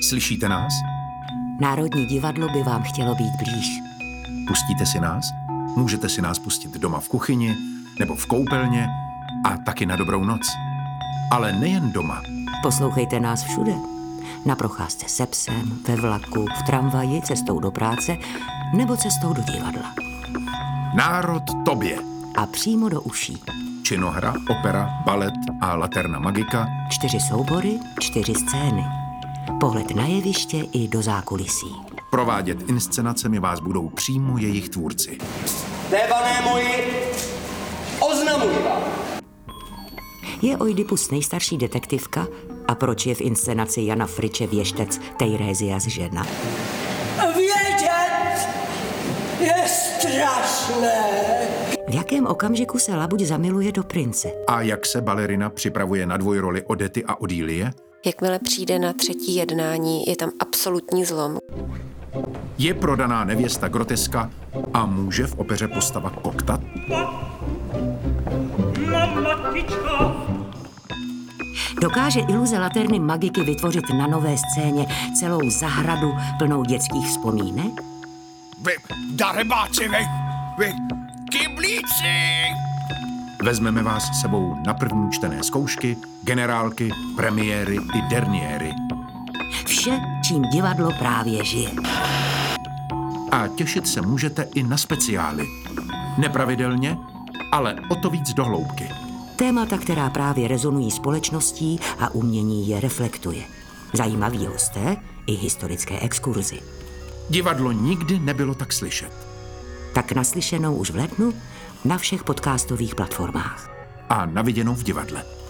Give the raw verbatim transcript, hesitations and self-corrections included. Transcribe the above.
Slyšíte nás? Národní divadlo by vám chtělo být blíž. Pustíte si nás? Můžete si nás pustit doma v kuchyni nebo v koupelně a taky na dobrou noc. Ale nejen doma. Poslouchejte nás všude. Na procházce se psem, ve vlaku, v tramvaji, cestou do práce nebo cestou do divadla. Národ tobě. A přímo do uší. Činohra, opera, balet a laterna magika. Čtyři soubory, čtyři scény. Pohled na jeviště i do zákulisí. Provádět inscenacemi vás budou přímo jejich tvůrci. Tébané moji, oznamuji vám. Je Oidipus nejstarší detektivka a proč je v inscenaci Jana Friče věštec Tejrézias žena? Vědět je strašné. V jakém okamžiku se labuť zamiluje do prince? A jak se balerina připravuje na dvojroli Odety a Odílie? Jakmile přijde na třetí jednání, je tam absolutní zlom. Je prodaná nevěsta groteska a může v opeře postava koktat? Dokáže iluze laterny magiky vytvořit na nové scéně celou zahradu plnou dětských vzpomínek? Vy, darebáci, vy, vy, kyblíci! Vezmeme vás s sebou na první čtené zkoušky, generálky, premiéry i derniéry. Vše, čím divadlo právě žije. A těšit se můžete i na speciály. Nepravidelně, ale o to víc do hloubky. Témata, která právě rezonují společností a umění je reflektuje. Zajímaví hosté i historické exkurzy. Divadlo nikdy nebylo tak slyšet. Tak naslyšenou už v lednu na všech podcastových platformách. A na viděnou v divadle.